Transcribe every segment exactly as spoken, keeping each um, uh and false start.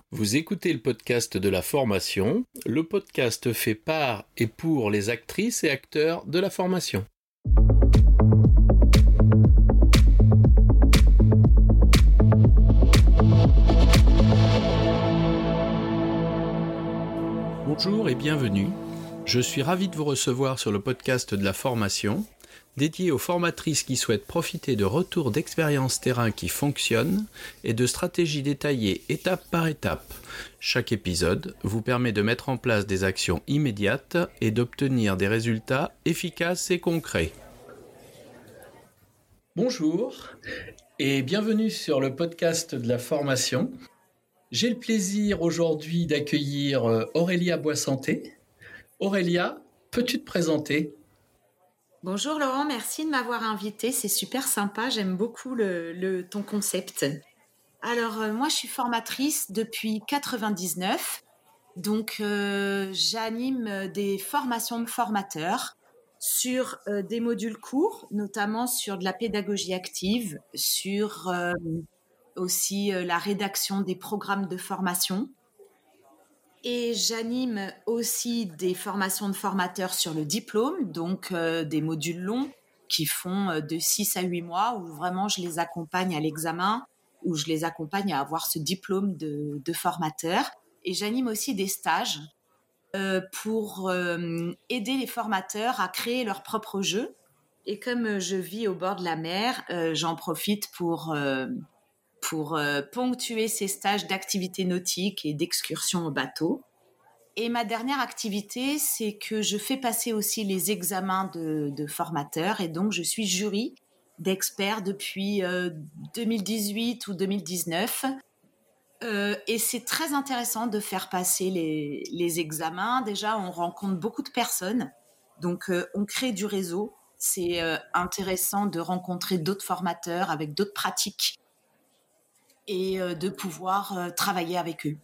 Vous écoutez le podcast de la formation. Le podcast fait par et pour les actrices et acteurs de la formation. Bonjour et bienvenue. Je suis ravi de vous recevoir sur le podcast de la formation, dédié aux formatrices qui souhaitent profiter de retours d'expériences terrain qui fonctionnent et de stratégies détaillées étape par étape. Chaque épisode vous permet de mettre en place des actions immédiates et d'obtenir des résultats efficaces et concrets. Bonjour et bienvenue sur le podcast de la formation. J'ai le plaisir aujourd'hui d'accueillir Aurélia Boissanté. Aurélia, peux-tu te présenter ? Bonjour Laurent, merci de m'avoir invité, c'est super sympa, j'aime beaucoup le, le, ton concept. Alors euh, moi je suis formatrice depuis quatre-vingt-dix-neuf, donc euh, j'anime des formations de formateurs sur euh, des modules courts, notamment sur de la pédagogie active, sur euh, aussi euh, la rédaction des programmes de formation. Et j'anime aussi des formations de formateurs sur le diplôme, donc euh, des modules longs qui font euh, de six à huit mois où vraiment je les accompagne à l'examen, où je les accompagne à avoir ce diplôme de, de formateur. Et j'anime aussi des stages euh, pour euh, aider les formateurs à créer leur propre jeu. Et comme je vis au bord de la mer, euh, j'en profite pour... Euh, pour euh, ponctuer ces stages d'activités nautiques et d'excursions au bateau. Et ma dernière activité, c'est que je fais passer aussi les examens de, de formateurs et donc je suis jury d'experts depuis euh, deux mille dix-huit ou deux mille dix-neuf. Euh, et c'est très intéressant de faire passer les, les examens. Déjà, on rencontre beaucoup de personnes, donc euh, on crée du réseau. C'est euh, intéressant de rencontrer d'autres formateurs avec d'autres pratiques et euh, de pouvoir euh, travailler avec eux.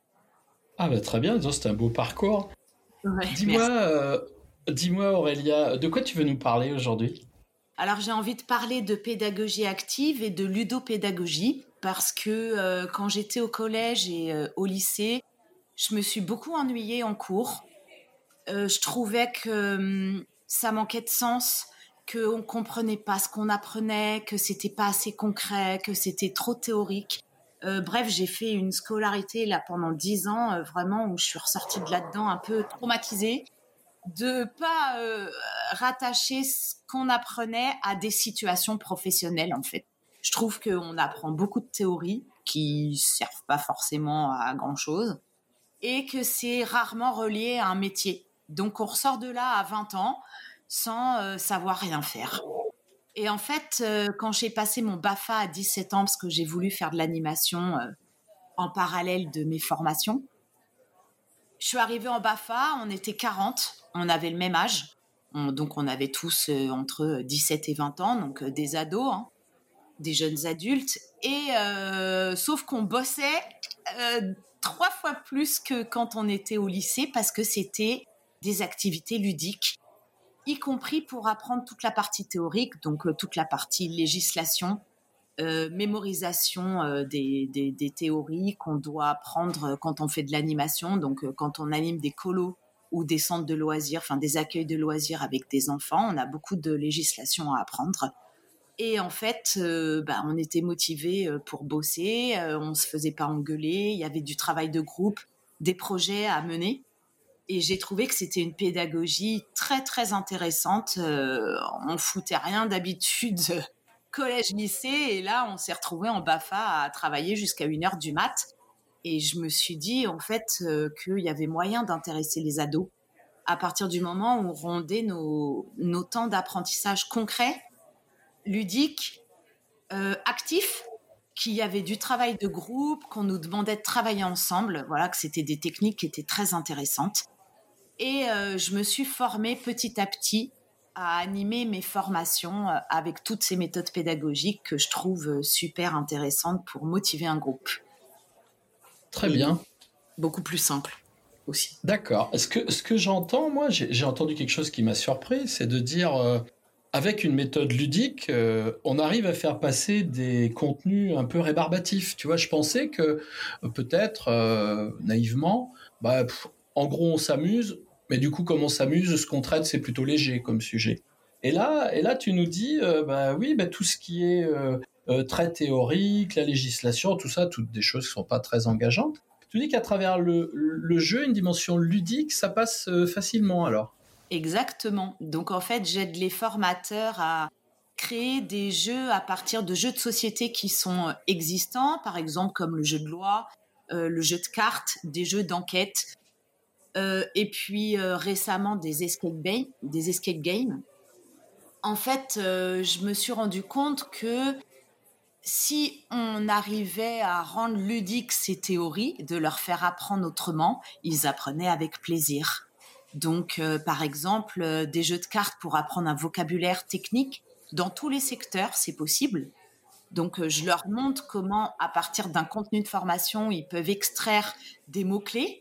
Ah bah très bien, c'est un beau parcours. Ouais, dis-moi, euh, dis-moi Aurélia, de quoi tu veux nous parler aujourd'hui ? Alors j'ai envie de parler de pédagogie active et de ludopédagogie parce que euh, quand j'étais au collège et euh, au lycée, je me suis beaucoup ennuyée en cours. Euh, je trouvais que euh, ça manquait de sens, qu'on comprenait pas ce qu'on apprenait, que c'était pas assez concret, que c'était trop théorique. Euh, bref, j'ai fait une scolarité là pendant dix ans, euh, vraiment où je suis ressortie de là-dedans un peu traumatisée de pas euh, rattacher ce qu'on apprenait à des situations professionnelles en fait. Je trouve qu'on apprend beaucoup de théories qui servent pas forcément à grand chose et que c'est rarement relié à un métier. Donc on ressort de là à vingt ans sans euh, savoir rien faire. Et en fait, euh, quand j'ai passé mon BAFA à dix-sept ans, parce que j'ai voulu faire de l'animation euh, en parallèle de mes formations, je suis arrivée en BAFA, on était quarante, on avait le même âge. On, donc on avait tous euh, entre dix-sept et vingt ans, donc euh, des ados, hein, des jeunes adultes. Et euh, sauf qu'on bossait euh, trois fois plus que quand on était au lycée parce que c'était des activités ludiques, y compris pour apprendre toute la partie théorique, donc euh, toute la partie législation, euh, mémorisation euh, des, des, des théories qu'on doit apprendre quand on fait de l'animation, donc euh, quand on anime des colos ou des centres de loisirs, enfin des accueils de loisirs avec des enfants, on a beaucoup de législation à apprendre. Et en fait, euh, bah, on était motivés pour bosser, euh, on se faisait pas engueuler, il y avait du travail de groupe, des projets à mener. Et j'ai trouvé que c'était une pédagogie très, très intéressante. Euh, on foutait rien d'habitude collège-lycée. Et là, on s'est retrouvés en BAFA à travailler jusqu'à une heure du mat. Et je me suis dit, en fait, euh, qu'il y avait moyen d'intéresser les ados à partir du moment où on rondait nos, nos temps d'apprentissage concret, ludique, euh, actif, qu'il y avait du travail de groupe, qu'on nous demandait de travailler ensemble. Voilà, que c'était des techniques qui étaient très intéressantes. Et euh, je me suis formée petit à petit à animer mes formations euh, avec toutes ces méthodes pédagogiques que je trouve euh, super intéressantes pour motiver un groupe. Très Et bien. Beaucoup plus simple aussi. D'accord. Ce que, ce que j'entends, moi, j'ai, j'ai entendu quelque chose qui m'a surpris, c'est de dire, euh, avec une méthode ludique, euh, on arrive à faire passer des contenus un peu rébarbatifs. Tu vois, je pensais que euh, peut-être, euh, naïvement, bah, pff, en gros, on s'amuse, mais du coup, comme on s'amuse, ce qu'on traite, c'est plutôt léger comme sujet. Et là, et là tu nous dis, euh, bah oui, bah, tout ce qui est euh, euh, très théorique, la législation, tout ça, toutes des choses qui sont pas très engageantes. Tu dis qu'à travers le, le jeu, une dimension ludique, ça passe euh, facilement alors. Exactement. Donc en fait, j'aide les formateurs à créer des jeux à partir de jeux de société qui sont existants, par exemple comme le jeu de loi, euh, le jeu de cartes, des jeux d'enquête, euh, et puis euh, récemment des escape, games, des escape games. En fait, euh, je me suis rendu compte que si on arrivait à rendre ludiques ces théories, de leur faire apprendre autrement, ils apprenaient avec plaisir. Donc, euh, par exemple, euh, des jeux de cartes pour apprendre un vocabulaire technique, dans tous les secteurs, c'est possible. Donc, euh, je leur montre comment, à partir d'un contenu de formation, ils peuvent extraire des mots-clés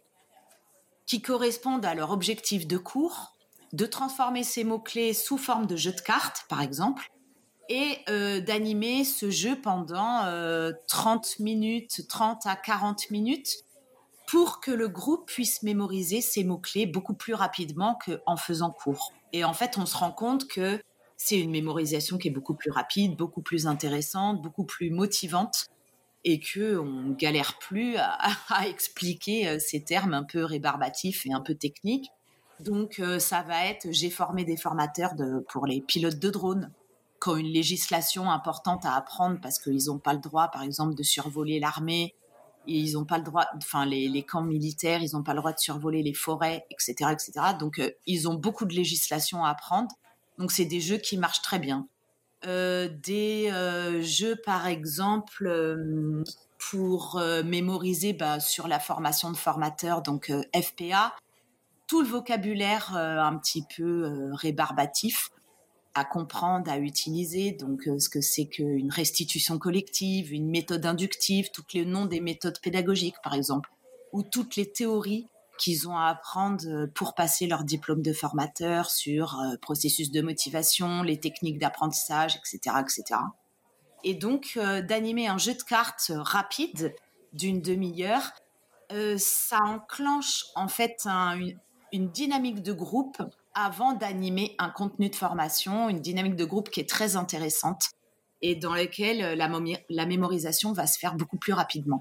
qui correspondent à leur objectif de cours, de transformer ces mots-clés sous forme de jeux de cartes, par exemple, et euh, d'animer ce jeu pendant euh, trente minutes, trente à quarante minutes, pour que le groupe puisse mémoriser ces mots-clés beaucoup plus rapidement qu'en faisant cours. Et en fait, on se rend compte que c'est une mémorisation qui est beaucoup plus rapide, beaucoup plus intéressante, beaucoup plus motivante, et qu'on ne galère plus à, à expliquer euh, ces termes un peu rébarbatifs et un peu techniques. Donc, euh, ça va être, j'ai formé des formateurs de, pour les pilotes de drones qui ont une législation importante à apprendre parce qu'ils n'ont pas le droit, par exemple, de survoler l'armée, et ils n'ont pas le droit, enfin, les, les camps militaires, ils n'ont pas le droit de survoler les forêts, et cetera, et cetera. Donc, euh, ils ont beaucoup de législation à apprendre. Donc, c'est des jeux qui marchent très bien. Euh, des euh, jeux, par exemple, euh, pour euh, mémoriser bah, sur la formation de formateurs, donc euh, F P A, tout le vocabulaire euh, un petit peu euh, rébarbatif à comprendre, à utiliser. Donc, euh, ce que c'est qu'une restitution collective, une méthode inductive, tous les noms des méthodes pédagogiques, par exemple, ou toutes les théories qu'ils ont à apprendre pour passer leur diplôme de formateur sur euh, processus de motivation, les techniques d'apprentissage, et cetera, et cetera. Et donc, euh, d'animer un jeu de cartes rapide d'une demi-heure, euh, ça enclenche en fait un, une, une dynamique de groupe avant d'animer un contenu de formation, une dynamique de groupe qui est très intéressante et dans laquelle la, la mémorisation va se faire beaucoup plus rapidement.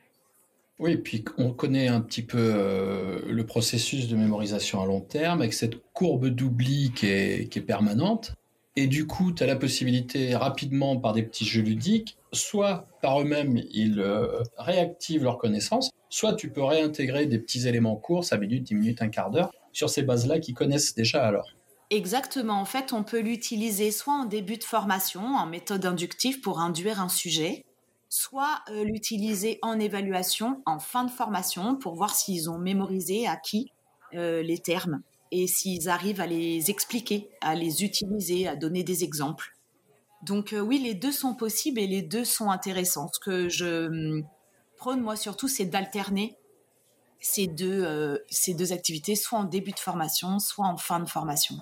Oui, puis on connaît un petit peu euh, le processus de mémorisation à long terme avec cette courbe d'oubli qui est, qui est permanente. Et du coup, tu as la possibilité rapidement par des petits jeux ludiques, soit par eux-mêmes, ils euh, réactivent leurs connaissances, soit tu peux réintégrer des petits éléments courts, cinq minutes, dix minutes, un quart d'heure, sur ces bases-là qu'ils connaissent déjà alors. Exactement. En fait, on peut l'utiliser soit en début de formation, en méthode inductive pour induire un sujet, soit euh, l'utiliser en évaluation, en fin de formation, pour voir s'ils ont mémorisé, acquis euh, les termes et s'ils arrivent à les expliquer, à les utiliser, à donner des exemples. Donc euh, oui, les deux sont possibles et les deux sont intéressants. Ce que je hum, prône, moi, surtout, c'est d'alterner ces deux, euh, ces deux activités, soit en début de formation, soit en fin de formation.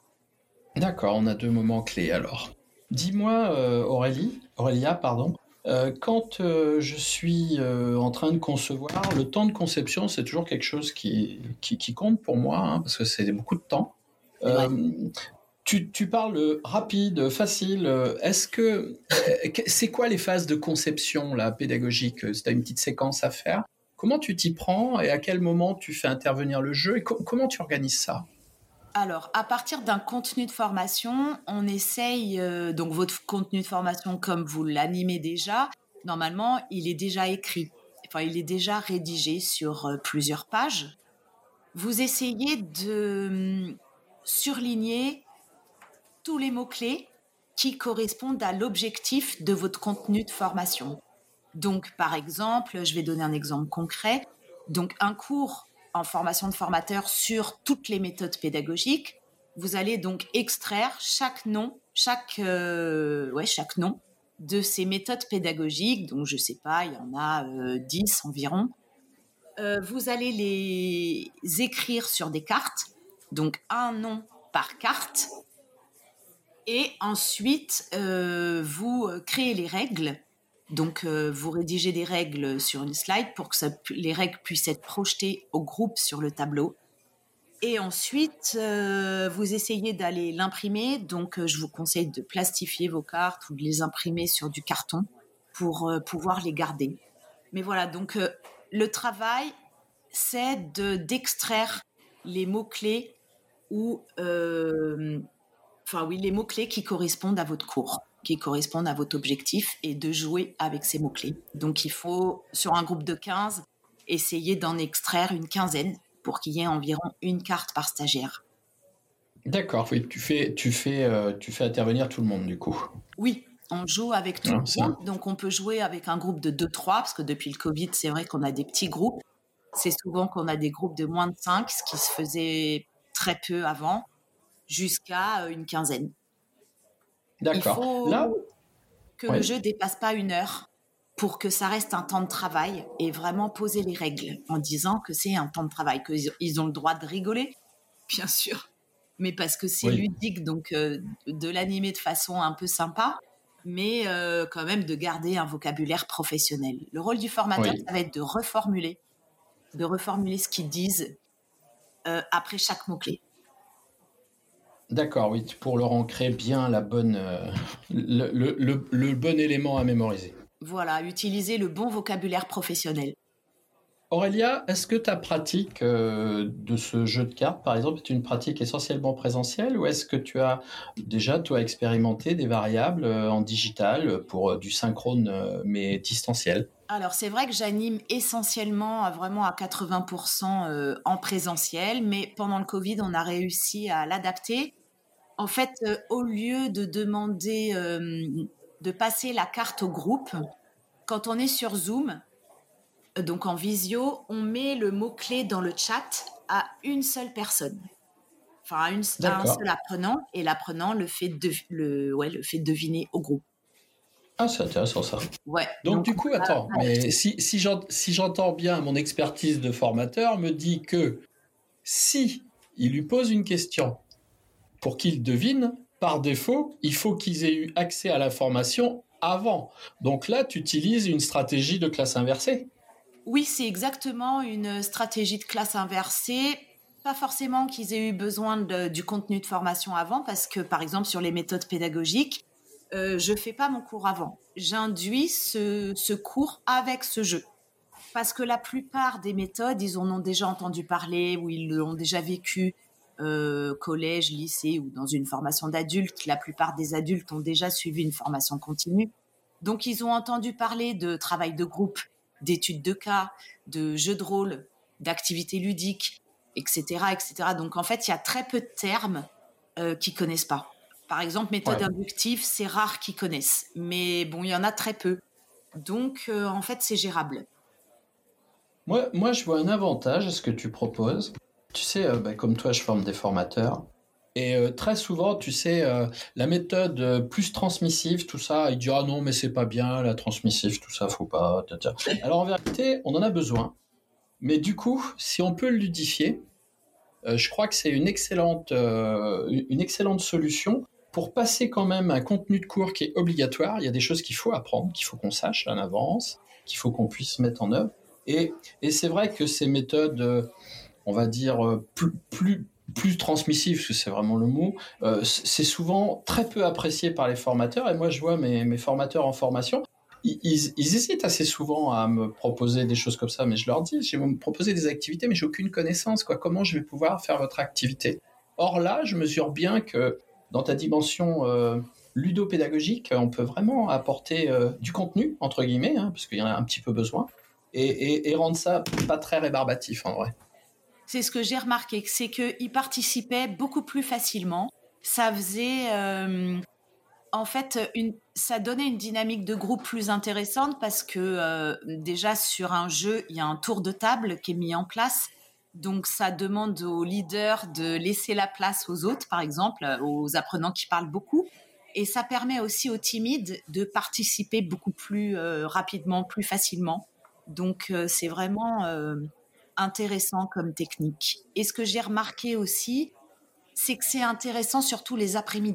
D'accord, on a deux moments clés alors. Dis-moi, euh, Aurélie, Aurélia, pardon, euh, quand euh, je suis euh, en train de concevoir, le temps de conception, c'est toujours quelque chose qui, qui, qui compte pour moi, hein, parce que c'est beaucoup de temps. C'est vrai. Euh, tu, tu parles rapide, facile. Est-ce que c'est quoi les phases de conception là, pédagogique? Si tu as une petite séquence à faire, comment tu t'y prends et à quel moment tu fais intervenir le jeu et co- comment tu organises ça? Alors, à partir d'un contenu de formation, on essaye, euh, donc votre contenu de formation, comme vous l'animez déjà, normalement, il est déjà écrit. Enfin, il est déjà rédigé sur euh, plusieurs pages. Vous essayez de hum, surligner tous les mots-clés qui correspondent à l'objectif de votre contenu de formation. Donc, par exemple, je vais donner un exemple concret. Donc, un cours en formation de formateur sur toutes les méthodes pédagogiques. Vous allez donc extraire chaque nom, chaque, euh, ouais, chaque nom de ces méthodes pédagogiques. Donc, je sais pas, il y en a euh, dix environ. Euh, vous allez les écrire sur des cartes. Donc, un nom par carte. Et ensuite, euh, vous créez les règles. Donc, euh, vous rédigez des règles sur une slide pour que ça, les règles puissent être projetées au groupe sur le tableau. Et ensuite, euh, vous essayez d'aller l'imprimer. Donc, euh, je vous conseille de plastifier vos cartes ou de les imprimer sur du carton pour euh, pouvoir les garder. Mais voilà, donc euh, le travail, c'est de, d'extraire les mots-clés ou, euh, enfin oui, les mots-clés qui correspondent à votre cours, qui correspondent à votre objectif et de jouer avec ces mots-clés. Donc, il faut, sur un groupe de quinze, essayer d'en extraire une quinzaine pour qu'il y ait environ une carte par stagiaire. D'accord, oui, tu fais, tu fais, euh, tu fais intervenir tout le monde du coup. Oui, on joue avec tout Ah, le ça. groupe, donc on peut jouer avec un groupe de deux trois, parce que depuis le Covid, c'est vrai qu'on a des petits groupes. C'est souvent qu'on a des groupes de moins de cinq, ce qui se faisait très peu avant, jusqu'à une quinzaine. D'accord. Il faut Là, que ouais. le jeu dépasse pas une heure pour que ça reste un temps de travail et vraiment poser les règles en disant que c'est un temps de travail, qu'ils ont le droit de rigoler, bien sûr, mais parce que c'est Oui. ludique, donc euh, de l'animer de façon un peu sympa, mais euh, quand même de garder un vocabulaire professionnel. Le rôle du formateur, Oui. ça va être de reformuler, de reformuler ce qu'ils disent euh, après chaque mot-clé. D'accord, oui, pour leur ancrer bien la bonne, euh, le, le, le, le bon élément à mémoriser. Voilà, utiliser le bon vocabulaire professionnel. Aurélia, est-ce que ta pratique euh, de ce jeu de cartes, par exemple, est une pratique essentiellement présentielle ou est-ce que tu as déjà, toi, expérimenté des variables euh, en digital pour euh, du synchrone euh, mais distanciel ? Alors, c'est vrai que j'anime essentiellement, vraiment à quatre-vingts pour cent euh, en présentiel, mais pendant le Covid, on a réussi à l'adapter. En fait, euh, au lieu de demander euh, de passer la carte au groupe, quand on est sur Zoom, euh, donc en visio, on met le mot-clé dans le chat à une seule personne. Enfin, à, une, à un seul apprenant, et l'apprenant le fait, de, le, ouais, le fait deviner au groupe. Ah, c'est intéressant ça. Ouais, donc, donc du coup, attends, ah, mais si, si, j'ent, si j'entends bien, mon expertise de formateur me dit que si il lui pose une question pour qu'il devine, par défaut, il faut qu'ils aient eu accès à l'information avant. Donc là, tu utilises une stratégie de classe inversée. Oui, c'est exactement une stratégie de classe inversée. Pas forcément qu'ils aient eu besoin de, du contenu de formation avant, parce que, par exemple, sur les méthodes pédagogiques, euh, je fais pas mon cours avant. J'induis ce, ce cours avec ce jeu. Parce que la plupart des méthodes, ils en ont déjà entendu parler ou ils l'ont déjà vécu euh, collège, lycée ou dans une formation d'adulte. La plupart des adultes ont déjà suivi une formation continue. Donc, ils ont entendu parler de travail de groupe, d'études de cas, de jeux de rôle, d'activités ludiques, et cetera, et cetera. Donc, en fait, il y a très peu de termes euh, qu'ils connaissent pas. Par exemple, méthode ouais. inductive, c'est rare qu'ils connaissent. Mais bon, il y en a très peu. Donc, euh, en fait, c'est gérable. Moi, moi, je vois un avantage à ce que tu proposes. Tu sais, euh, bah, comme toi, je forme des formateurs. Et euh, très souvent, tu sais, euh, la méthode euh, plus transmissive, tout ça, il dit « Ah non, mais c'est pas bien, la transmissive, tout ça, faut pas... » Alors en vérité, on en a besoin. Mais du coup, si on peut le ludifier, euh, je crois que c'est une excellente, euh, une excellente solution pour passer quand même un contenu de cours qui est obligatoire. Il y a des choses qu'il faut apprendre, qu'il faut qu'on sache en avance, qu'il faut qu'on puisse mettre en œuvre. Et, et c'est vrai que ces méthodes, euh, on va dire, euh, plus... plus plus transmissif, parce que c'est vraiment le mot, euh, c'est souvent très peu apprécié par les formateurs. Et moi, je vois mes, mes formateurs en formation, ils, ils, ils hésitent assez souvent à me proposer des choses comme ça, mais je leur dis, je vais me proposer des activités, mais j'ai aucune connaissance, quoi. Comment je vais pouvoir faire votre activité ? Or là, je mesure bien que dans ta dimension euh, ludopédagogique, on peut vraiment apporter euh, du contenu, entre guillemets, hein, parce qu'il y en a un petit peu besoin, et, et, et rendre ça pas très rébarbatif, en vrai. C'est ce que j'ai remarqué, c'est qu'ils participaient beaucoup plus facilement. Ça faisait, euh, en fait, une, ça donnait une dynamique de groupe plus intéressante parce que euh, déjà sur un jeu, il y a un tour de table qui est mis en place. Donc ça demande aux leaders de laisser la place aux autres, par exemple, aux apprenants qui parlent beaucoup. Et ça permet aussi aux timides de participer beaucoup plus euh, rapidement, plus facilement. Donc euh, c'est vraiment... Euh, intéressant comme technique. Et ce que j'ai remarqué aussi, c'est que c'est intéressant surtout les après-midi.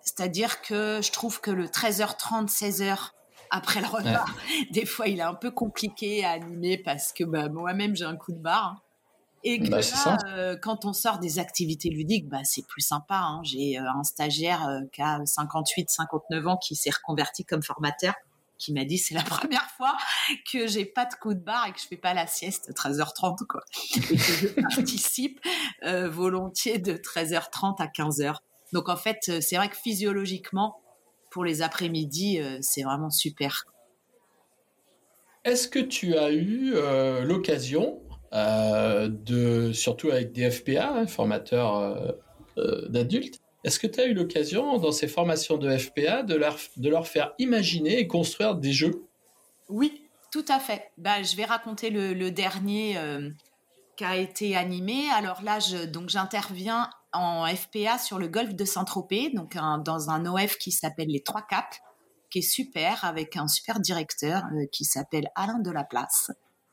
C'est-à-dire que je trouve que le treize heures trente, seize heures après le repas, ouais. Des fois, il est un peu compliqué à animer parce que bah, moi-même, j'ai un coup de barre. Hein. Et que bah, là, euh, quand on sort des activités ludiques, bah, c'est plus sympa. Hein. J'ai euh, un stagiaire euh, qui a cinquante-huit, cinquante-neuf ans qui s'est reconverti comme formateur, qui m'a dit c'est la première fois que j'ai pas de coup de barre et que je fais pas la sieste treize heures trente, quoi. Et que je participe euh, volontiers de treize heures trente à quinze heures. Donc, en fait, c'est vrai que physiologiquement, pour les après-midi, euh, c'est vraiment super. Est-ce que tu as eu euh, l'occasion, euh, de, surtout avec des F P A, hein, formateurs euh, euh, d'adultes, est-ce que tu as eu l'occasion, dans ces formations de F P A, de leur, de leur faire imaginer et construire des jeux ? Oui, tout à fait. Bah, je vais raconter le, le dernier euh, qui a été animé. Alors là, je, donc, j'interviens en F P A sur le golfe de Saint-Tropez, donc un, dans un O F qui s'appelle les Trois Caps, qui est super, avec un super directeur euh, qui s'appelle Alain Delaplace.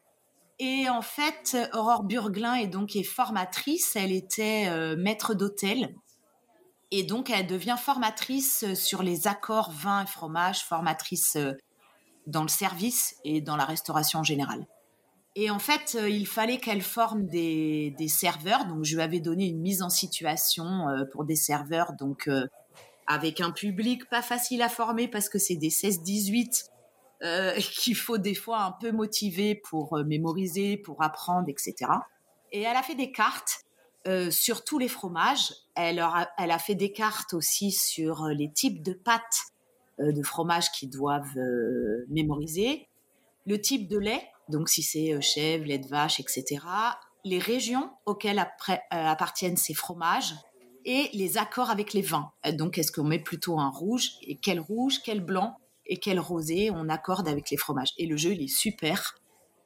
Et en fait, Aurore Burglin est donc est formatrice, elle était euh, maître d'hôtel, et donc elle devient formatrice sur les accords vin et fromage, formatrice euh, dans le service et dans la restauration en général. Et en fait, euh, il fallait qu'elle forme des, des serveurs. Donc, je lui avais donné une mise en situation euh, pour des serveurs, donc euh, avec un public pas facile à former parce que c'est des seize dix-huit euh, qu'il faut des fois un peu motiver pour euh, mémoriser, pour apprendre, et cetera. Et elle a fait des cartes euh, sur tous les fromages. Elle a, elle a fait des cartes aussi sur les types de pâtes euh, de fromage qu'ils doivent euh, mémoriser, le type de lait, donc si c'est chèvre, lait de vache, et cetera, les régions auxquelles après, euh, appartiennent ces fromages et les accords avec les vins. Donc, est-ce qu'on met plutôt un rouge, et quel rouge, quel blanc et quel rosé on accorde avec les fromages. Et le jeu, il est super.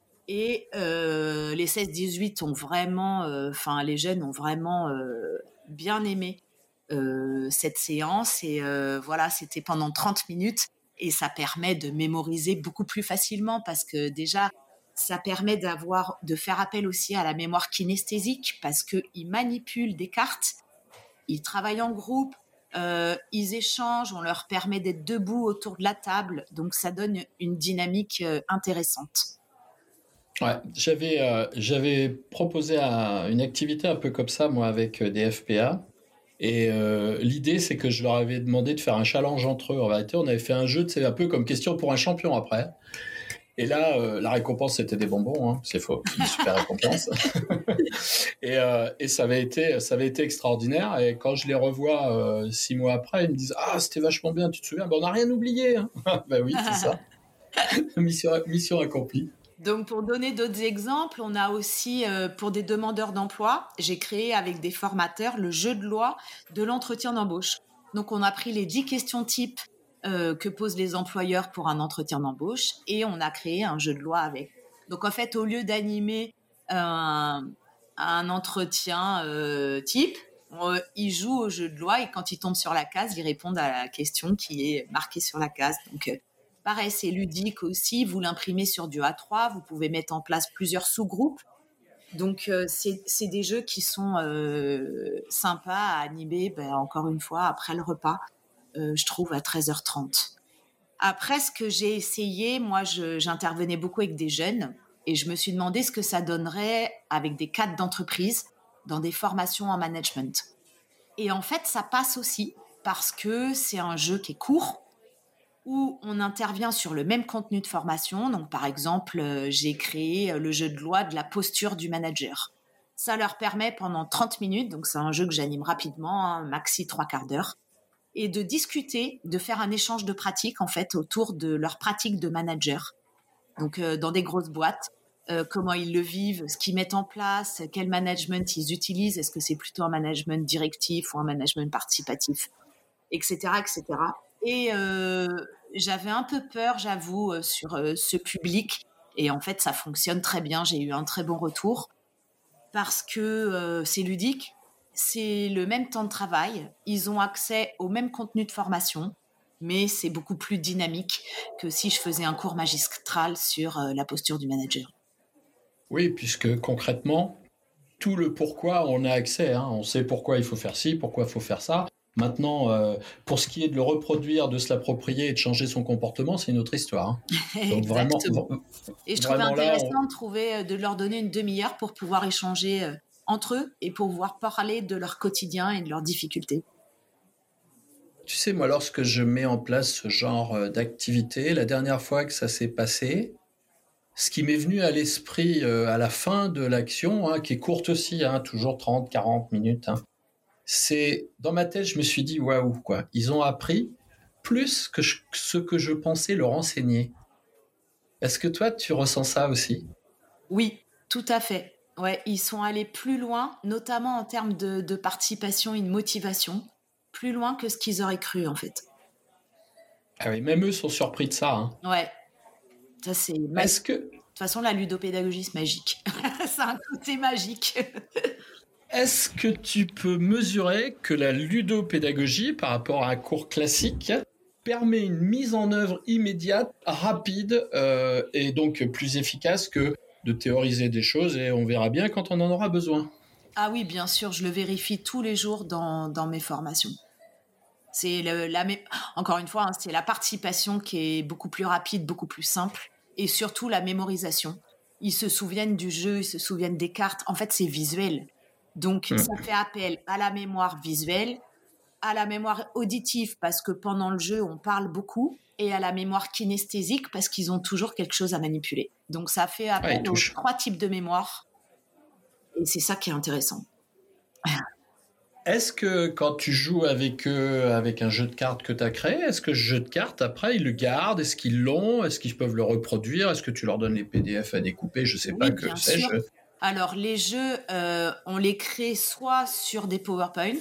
Et euh, les seize dix-huit ont vraiment, enfin, euh, les jeunes ont vraiment euh, bien aimé euh, cette séance. Et euh, voilà, c'était pendant trente minutes. Et ça permet de mémoriser beaucoup plus facilement parce que déjà, ça permet d'avoir, de faire appel aussi à la mémoire kinesthésique parce qu'ils manipulent des cartes, ils travaillent en groupe, euh, ils échangent, on leur permet d'être debout autour de la table. Donc, ça donne une dynamique euh, intéressante. Ouais, j'avais, euh, j'avais proposé un, une activité un peu comme ça, moi, avec des F P A. Et euh, l'idée, c'est que je leur avais demandé de faire un challenge entre eux. En vérité, on avait fait un jeu, c'est un peu comme question pour un champion après. Et là, euh, la récompense, c'était des bonbons. Hein. C'est faux, une super récompense. et euh, et ça, avait été, ça avait été extraordinaire. Et quand je les revois euh, six mois après, ils me disent « Ah, c'était vachement bien, tu te souviens ?» Ben, on n'a rien oublié. Hein. Ben oui, c'est ça. mission, mission accomplie. Donc, pour donner d'autres exemples, on a aussi, euh, pour des demandeurs d'emploi, j'ai créé avec des formateurs le jeu de loi de l'entretien d'embauche. Donc, on a pris les dix questions types euh, que posent les employeurs pour un entretien d'embauche et on a créé un jeu de loi avec. Donc, en fait, au lieu d'animer un, un entretien euh, type, on, ils jouent au jeu de loi et quand ils tombent sur la case, ils répondent à la question qui est marquée sur la case. Donc, euh, pareil, c'est ludique aussi. Vous l'imprimez sur du A trois. Vous pouvez mettre en place plusieurs sous-groupes. Donc, euh, c'est, c'est des jeux qui sont euh, sympas à animer, ben, encore une fois, après le repas, euh, je trouve, à treize heures trente. Après, ce que j'ai essayé, moi, je, j'intervenais beaucoup avec des jeunes et je me suis demandé ce que ça donnerait avec des cadres d'entreprise dans des formations en management. Et en fait, ça passe aussi parce que c'est un jeu qui est court, où on intervient sur le même contenu de formation. Donc, par exemple, euh, j'ai créé le jeu de loi de la posture du manager. Ça leur permet pendant trente minutes, donc c'est un jeu que j'anime rapidement, hein, maxi trois quarts d'heure, et de discuter, de faire un échange de pratiques, en fait, autour de leur pratique de manager. Donc, euh, dans des grosses boîtes, euh, comment ils le vivent, ce qu'ils mettent en place, quel management ils utilisent, est-ce que c'est plutôt un management directif ou un management participatif, et cetera, et cetera. Et euh, j'avais un peu peur, j'avoue, euh, sur euh, ce public. Et en fait, ça fonctionne très bien. J'ai eu un très bon retour parce que euh, c'est ludique. C'est le même temps de travail. Ils ont accès au même contenu de formation, mais c'est beaucoup plus dynamique que si je faisais un cours magistral sur euh, la posture du manager. Oui, puisque concrètement, tout le pourquoi, on a accès. Hein. On sait pourquoi il faut faire ci, pourquoi il faut faire ça. Maintenant, euh, pour ce qui est de le reproduire, de se l'approprier et de changer son comportement, c'est une autre histoire. Hein. Donc vraiment, Exactement. Et je trouvais vraiment là, intéressant on... de trouver, de leur donner une demi-heure pour pouvoir échanger euh, entre eux et pour pouvoir parler de leur quotidien et de leurs difficultés. Tu sais, moi, lorsque je mets en place ce genre d'activité, la dernière fois que ça s'est passé, ce qui m'est venu à l'esprit euh, à la fin de l'action, hein, qui est courte aussi, hein, toujours trente, quarante minutes, hein, c'est, dans ma tête, je me suis dit, waouh, quoi, ils ont appris plus que je, ce que je pensais leur enseigner. Est-ce que toi, tu ressens ça aussi? Oui, tout à fait. Ouais, ils sont allés plus loin, notamment en termes de, de participation et de motivation, plus loin que ce qu'ils auraient cru, en fait. Ah oui, même eux sont surpris de ça. Hein. Ouais, ça c'est magique. Est-ce que... De toute façon, la ludopédagogie, c'est magique. C'est un côté magique. Est-ce que tu peux mesurer que la ludopédagogie, par rapport à un cours classique, permet une mise en œuvre immédiate, rapide euh, et donc plus efficace que de théoriser des choses et on verra bien quand on en aura besoin? Ah oui, bien sûr, je le vérifie tous les jours dans, dans mes formations. C'est le, la, encore une fois, hein, c'est la participation qui est beaucoup plus rapide, beaucoup plus simple, et surtout la mémorisation. Ils se souviennent du jeu, ils se souviennent des cartes. En fait, c'est visuel. Donc, mmh. ça fait appel à la mémoire visuelle, à la mémoire auditive, parce que pendant le jeu, on parle beaucoup, et à la mémoire kinesthésique, parce qu'ils ont toujours quelque chose à manipuler. Donc, ça fait appel ah, aux trois types de mémoire, et c'est ça qui est intéressant. Est-ce que quand tu joues avec eux, avec un jeu de cartes que tu as créé, est-ce que ce jeu de cartes, après, ils le gardent? Est-ce qu'ils l'ont? Est-ce qu'ils peuvent le reproduire? Est-ce que tu leur donnes les P D F à découper? Je sais oui, pas, que sais-je. Alors, les jeux, euh, on les crée soit sur des PowerPoint,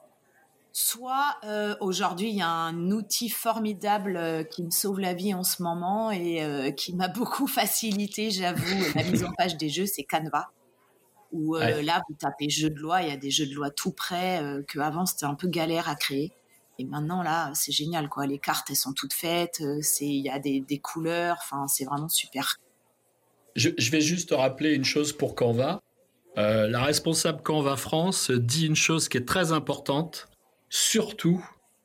soit euh, aujourd'hui, il y a un outil formidable euh, qui me sauve la vie en ce moment et euh, qui m'a beaucoup facilité, j'avoue, la mise en page des jeux, c'est Canva. Où euh, ouais. là, vous tapez jeux de loi, il y a des jeux de loi tout près, euh, qu'avant, c'était un peu galère à créer. Et maintenant, là, c'est génial, quoi. Les cartes, elles sont toutes faites, euh, il y a des, des couleurs, enfin, c'est vraiment super. Je, je vais juste te rappeler une chose pour Canva. Euh, la responsable Canva France dit une chose qui est très importante. Surtout,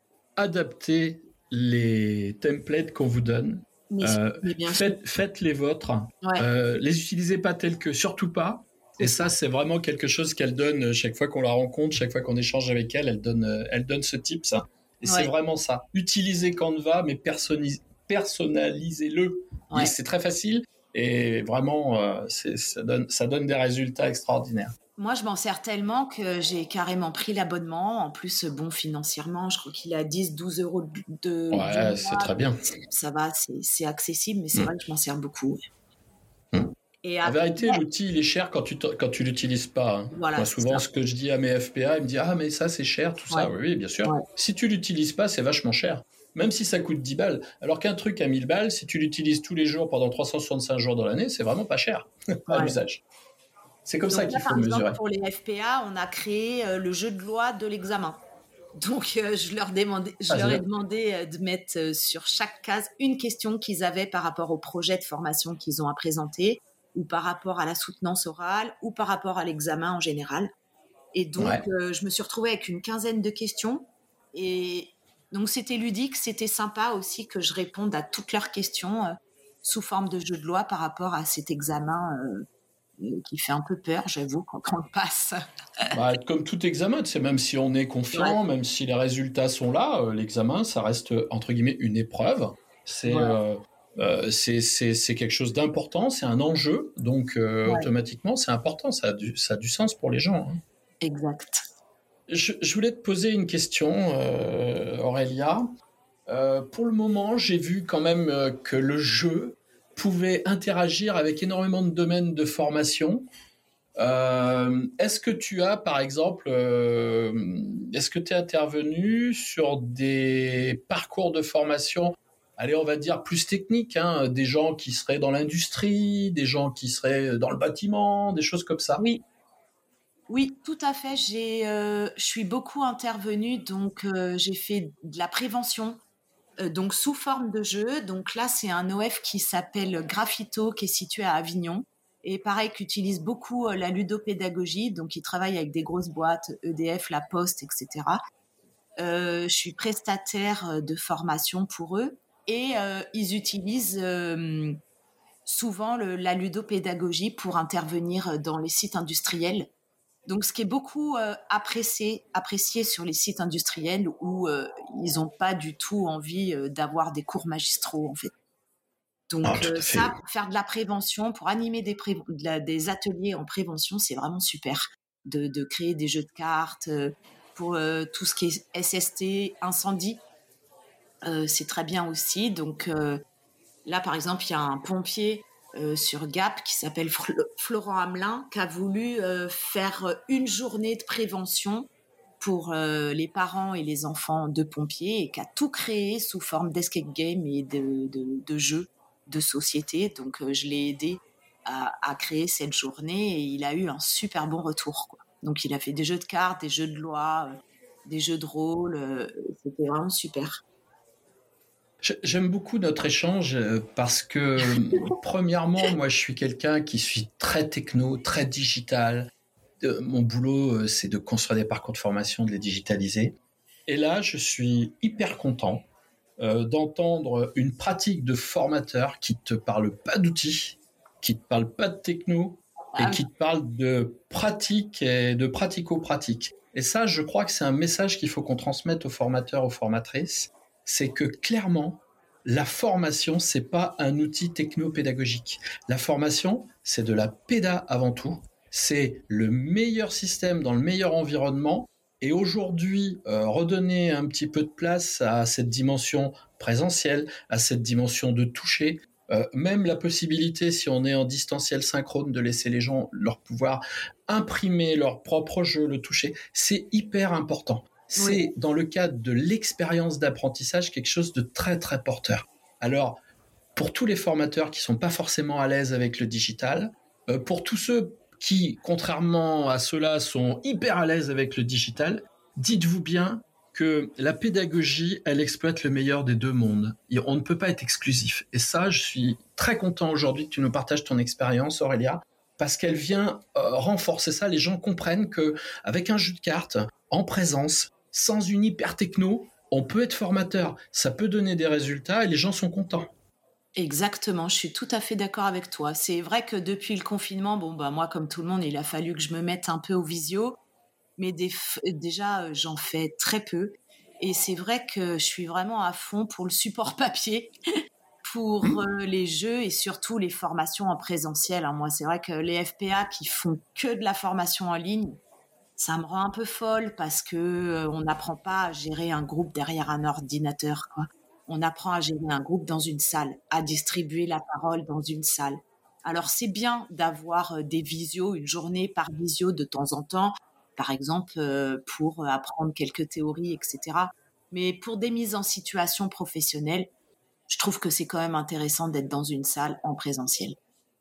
adaptez les templates qu'on vous donne. Mais, euh, mais bien faites, faites les vôtres. Ouais. Euh, les utilisez pas tels que, surtout pas. Et ça, c'est vraiment quelque chose qu'elle donne chaque fois qu'on la rencontre, chaque fois qu'on échange avec elle, elle donne, elle donne ce tip, ça. Et ouais. c'est vraiment ça. Utilisez Canva, mais personnalisez, personnalisez-le. Ouais. C'est très facile et vraiment, euh, c'est, ça, donne, ça donne des résultats extraordinaires. Moi, je m'en sers tellement que j'ai carrément pris l'abonnement. En plus, bon, financièrement, je crois qu'il est à dix, douze euros de... Ouais, de c'est très bien. Ça va, c'est, c'est accessible, mais c'est mmh. vrai que je m'en sers beaucoup. Mmh. Et après, en vérité, l'outil, il est cher quand tu quand tu l'utilises pas. Hein. Voilà, Moi, souvent, ce que je dis à mes F P A, ils me disent « Ah, mais ça, c'est cher, tout ouais. ça. » Oui, bien sûr. Ouais. Si tu l'utilises pas, c'est vachement cher. Même si ça coûte dix balles. Alors qu'un truc à mille balles, si tu l'utilises tous les jours pendant trois cent soixante-cinq jours dans l'année, c'est vraiment pas cher à ouais. l'usage. C'est comme Donc ça qu'il là, faut par mesurer. Exemple, pour les F P A, on a créé euh, le jeu de loi de l'examen. Donc, euh, je leur, demandé, je ah, leur ai demandé euh, de mettre euh, sur chaque case une question qu'ils avaient par rapport au projet de formation qu'ils ont à présenter, ou par rapport à la soutenance orale, ou par rapport à l'examen en général. Et donc, ouais. euh, je me suis retrouvée avec une quinzaine de questions. Et donc, c'était ludique, c'était sympa aussi que je réponde à toutes leurs questions euh, sous forme de jeu de loi par rapport à cet examen euh, qui fait un peu peur, j'avoue, quand on le passe. Bah, comme tout examen, tu sais, même si on est confiant, ouais. même si les résultats sont là, euh, l'examen, ça reste, entre guillemets, une épreuve. C'est... Ouais. Euh, Euh, c'est, c'est, c'est quelque chose d'important, c'est un enjeu, donc euh, ouais. automatiquement c'est important, ça a du, ça a du sens pour les gens. Hein. Exact. Je, je voulais te poser une question, euh, Aurélia. Euh, pour le moment, j'ai vu quand même euh, que le jeu pouvait interagir avec énormément de domaines de formation. Euh, est-ce que tu as, par exemple, euh, est-ce que tu es intervenu sur des parcours de formation allez, on va dire plus technique, hein, des gens qui seraient dans l'industrie, des gens qui seraient dans le bâtiment, des choses comme ça. Oui, oui, tout à fait. J'ai, euh, je suis beaucoup intervenue, donc euh, j'ai fait de la prévention, euh, donc sous forme de jeu. Donc là, c'est un O F qui s'appelle Graphito, qui est situé à Avignon, et pareil, qui utilise beaucoup euh, la ludopédagogie. Donc, il travaille avec des grosses boîtes, E D F, La Poste, et cetera. Euh, je suis prestataire de formation pour eux et euh, ils utilisent euh, souvent le, la ludopédagogie pour intervenir dans les sites industriels. Donc, ce qui est beaucoup euh, apprécié, apprécié sur les sites industriels où euh, ils n'ont pas du tout envie euh, d'avoir des cours magistraux, en fait. Donc, Ah, tout euh, à fait. ça, pour faire de la prévention, pour animer des, pré- de la- des ateliers en prévention, c'est vraiment super de, de créer des jeux de cartes euh, pour euh, tout ce qui est S S T, incendie. Euh, c'est très bien aussi. Donc, euh, là, par exemple, il y a un pompier euh, sur Gap qui s'appelle Fl- Florent Hamelin qui a voulu euh, faire une journée de prévention pour euh, les parents et les enfants de pompiers et qui a tout créé sous forme d'escape game et de, de, de jeux de société. Donc, euh, je l'ai aidé à, à créer cette journée et il a eu un super bon retour, quoi. Donc, il a fait des jeux de cartes, des jeux de loi, euh, des jeux de rôle. Euh, c'était vraiment super. J'aime beaucoup notre échange euh, parce que, premièrement, moi, je suis quelqu'un qui suis très techno, très digital. Euh, Mon boulot, euh, c'est de construire des parcours de formation, de les digitaliser. Et là, je suis hyper content euh, d'entendre une pratique de formateur qui te parle pas d'outils, qui te parle pas de techno et Ah, qui te parle de pratique et de pratico-pratique. Et ça, je crois que c'est un message qu'il faut qu'on transmette aux formateurs, aux formatrices. C'est que clairement, la formation, c'est pas un outil techno-pédagogique. La formation, c'est de la péda avant tout. C'est le meilleur système dans le meilleur environnement. Et aujourd'hui, euh, redonner un petit peu de place à cette dimension présentielle, à cette dimension de toucher, euh, même la possibilité, si on est en distanciel synchrone, de laisser les gens leur pouvoir imprimer leur propre jeu, le toucher, c'est hyper important. oui. C'est, dans le cadre de l'expérience d'apprentissage, quelque chose de très, très porteur. Alors, pour tous les formateurs qui sont pas forcément à l'aise avec le digital, euh, pour tous ceux qui, contrairement à ceux-là, sont hyper à l'aise avec le digital, dites-vous bien que la pédagogie, elle exploite le meilleur des deux mondes. Et on ne peut pas être exclusif. Et ça, je suis très content aujourd'hui que tu nous partages ton expérience, Aurélia, parce qu'elle vient euh, renforcer ça. Les gens comprennent que avec un jeu de cartes, en présence, sans une hyper techno, on peut être formateur. Ça peut donner des résultats et les gens sont contents. Exactement, je suis tout à fait d'accord avec toi. C'est vrai que depuis le confinement, bon bah moi comme tout le monde, il a fallu que je me mette un peu au visio, mais des f- déjà euh, j'en fais très peu. Et c'est vrai que je suis vraiment à fond pour le support papier, pour euh, les jeux et surtout les formations en présentiel, hein. Moi, c'est vrai que les F P A qui font que de la formation en ligne, ça me rend un peu folle parce que euh, on n'apprend pas à gérer un groupe derrière un ordinateur, quoi. On apprend à gérer un groupe dans une salle, à distribuer la parole dans une salle. Alors c'est bien d'avoir euh, des visios, une journée par visio de temps en temps, par exemple euh, pour euh, apprendre quelques théories, et cetera. Mais pour des mises en situation professionnelle, je trouve que c'est quand même intéressant d'être dans une salle en présentiel.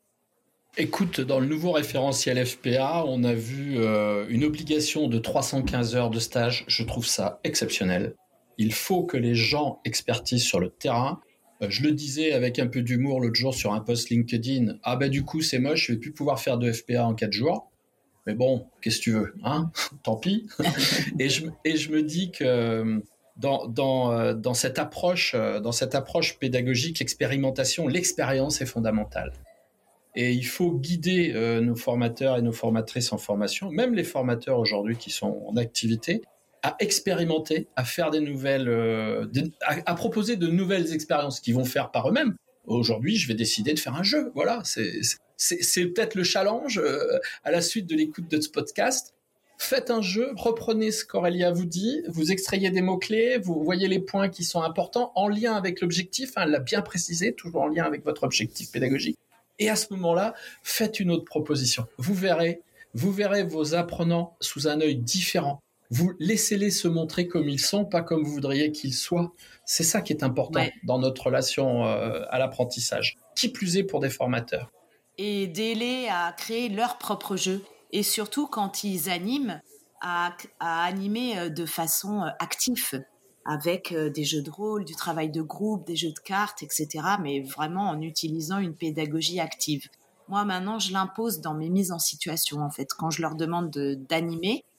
Écoute, dans le nouveau référentiel F P A, on a vu euh, une obligation de trois cent quinze heures de stage. Je trouve ça exceptionnel. Il faut que les gens expertisent sur le terrain. Euh, je le disais avec un peu d'humour l'autre jour sur un post LinkedIn. Ah ben du coup c'est moche, je vais plus pouvoir faire de F P A en quatre jours. Mais bon, qu'est-ce que tu veux, hein? Tant pis. et, je, et je me dis que dans, dans, dans, cette approche, dans cette approche pédagogique, l'expérimentation, l'expérience est fondamentale. Et il faut guider euh, nos formateurs et nos formatrices en formation, même les formateurs aujourd'hui qui sont en activité, à expérimenter, à faire des nouvelles, euh, des, à, à proposer de nouvelles expériences qu'ils vont faire par eux-mêmes. Aujourd'hui, je vais décider de faire un jeu. Voilà, c'est, c'est, c'est peut-être le challenge euh, à la suite de l'écoute de ce podcast. Faites un jeu, reprenez ce qu'Aurélia vous dit, vous extrayez des mots-clés, vous voyez les points qui sont importants en lien avec l'objectif, hein, elle l'a bien précisé, toujours en lien avec votre objectif pédagogique. Et à ce moment-là, faites une autre proposition. Vous verrez, vous verrez vos apprenants sous un œil différent. Vous laissez-les se montrer comme ils sont, pas comme vous voudriez qu'ils soient. C'est ça qui est important Ouais. dans notre relation euh, à l'apprentissage. Qui plus est pour des formateurs. Et aider-les à créer leur propre jeu. Et surtout, quand ils animent, à, à animer de façon active, avec des jeux de rôle, du travail de groupe, des jeux de cartes, et cetera, mais vraiment en utilisant une pédagogie active. Moi, maintenant, je l'impose dans mes mises en situation, en fait. Quand je leur demande de, d'animer,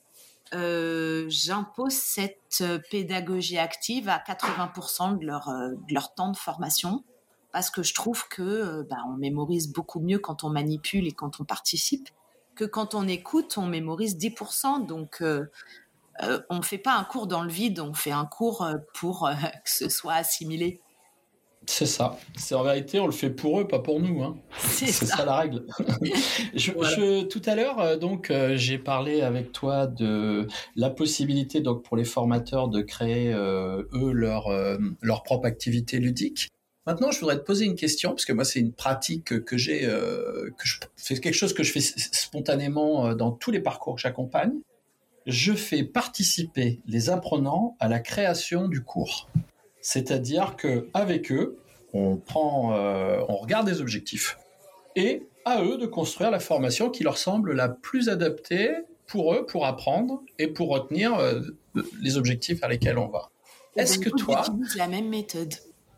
euh, j'impose cette pédagogie active à quatre-vingts pour cent de leur, euh, de leur temps de formation parce que je trouve que euh, bah, on mémorise beaucoup mieux quand on manipule et quand on participe que quand on écoute, on mémorise dix pour cent. Donc, euh, euh, on ne fait pas un cours dans le vide, on fait un cours euh, pour euh, que ce soit assimilé. C'est ça. C'est en vérité, on le fait pour eux, pas pour nous. Hein. C'est, C'est ça. ça la règle. je, Voilà. je, tout à l'heure, euh, donc, euh, j'ai parlé avec toi de la possibilité, donc, pour les formateurs de créer euh, eux leur euh, leur propre activité ludique. Maintenant, je voudrais te poser une question parce que moi, c'est une pratique que, que j'ai, euh, que je c'est quelque chose que je fais spontanément euh, dans tous les parcours que j'accompagne. Je fais participer les apprenants à la création du cours. C'est-à-dire qu'avec eux, on prend, euh, on regarde des objectifs et à eux de construire la formation qui leur semble la plus adaptée pour eux, pour apprendre et pour retenir euh, les objectifs vers lesquels on va. Et Est-ce donc, que toi... j'utilise la même méthode.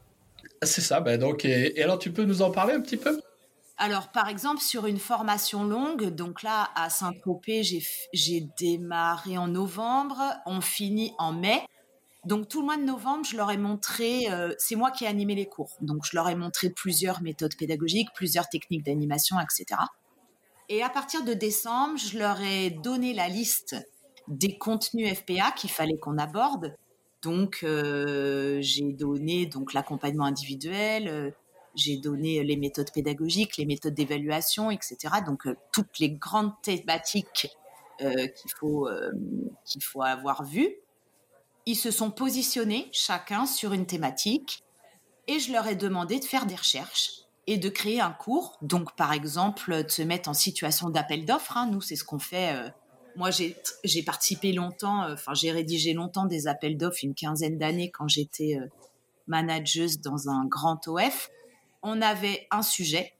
C'est ça, bah donc, et, et alors tu peux nous en parler un petit peu ? Alors, par exemple, sur une formation longue, donc là, à Saint-Tropez, j'ai, j'ai démarré en novembre, on finit en mai. Donc, tout le mois de novembre, je leur ai montré, euh, c'est moi qui ai animé les cours. Donc, je leur ai montré plusieurs méthodes pédagogiques, plusieurs techniques d'animation, et cetera. Et à partir de décembre, je leur ai donné la liste des contenus F P A qu'il fallait qu'on aborde. Donc, euh, j'ai donné donc, l'accompagnement individuel, euh, j'ai donné les méthodes pédagogiques, les méthodes d'évaluation, et cetera. Donc, euh, toutes les grandes thématiques euh, qu'il faut, euh, qu'il faut avoir vues. Ils se sont positionnés chacun sur une thématique et je leur ai demandé de faire des recherches et de créer un cours. Donc, par exemple, de se mettre en situation d'appel d'offres. Hein. Nous, c'est ce qu'on fait. Euh, moi, j'ai, j'ai participé longtemps, enfin, euh, j'ai rédigé longtemps des appels d'offres, une quinzaine d'années quand j'étais euh, manageuse dans un grand O F. On avait un sujet.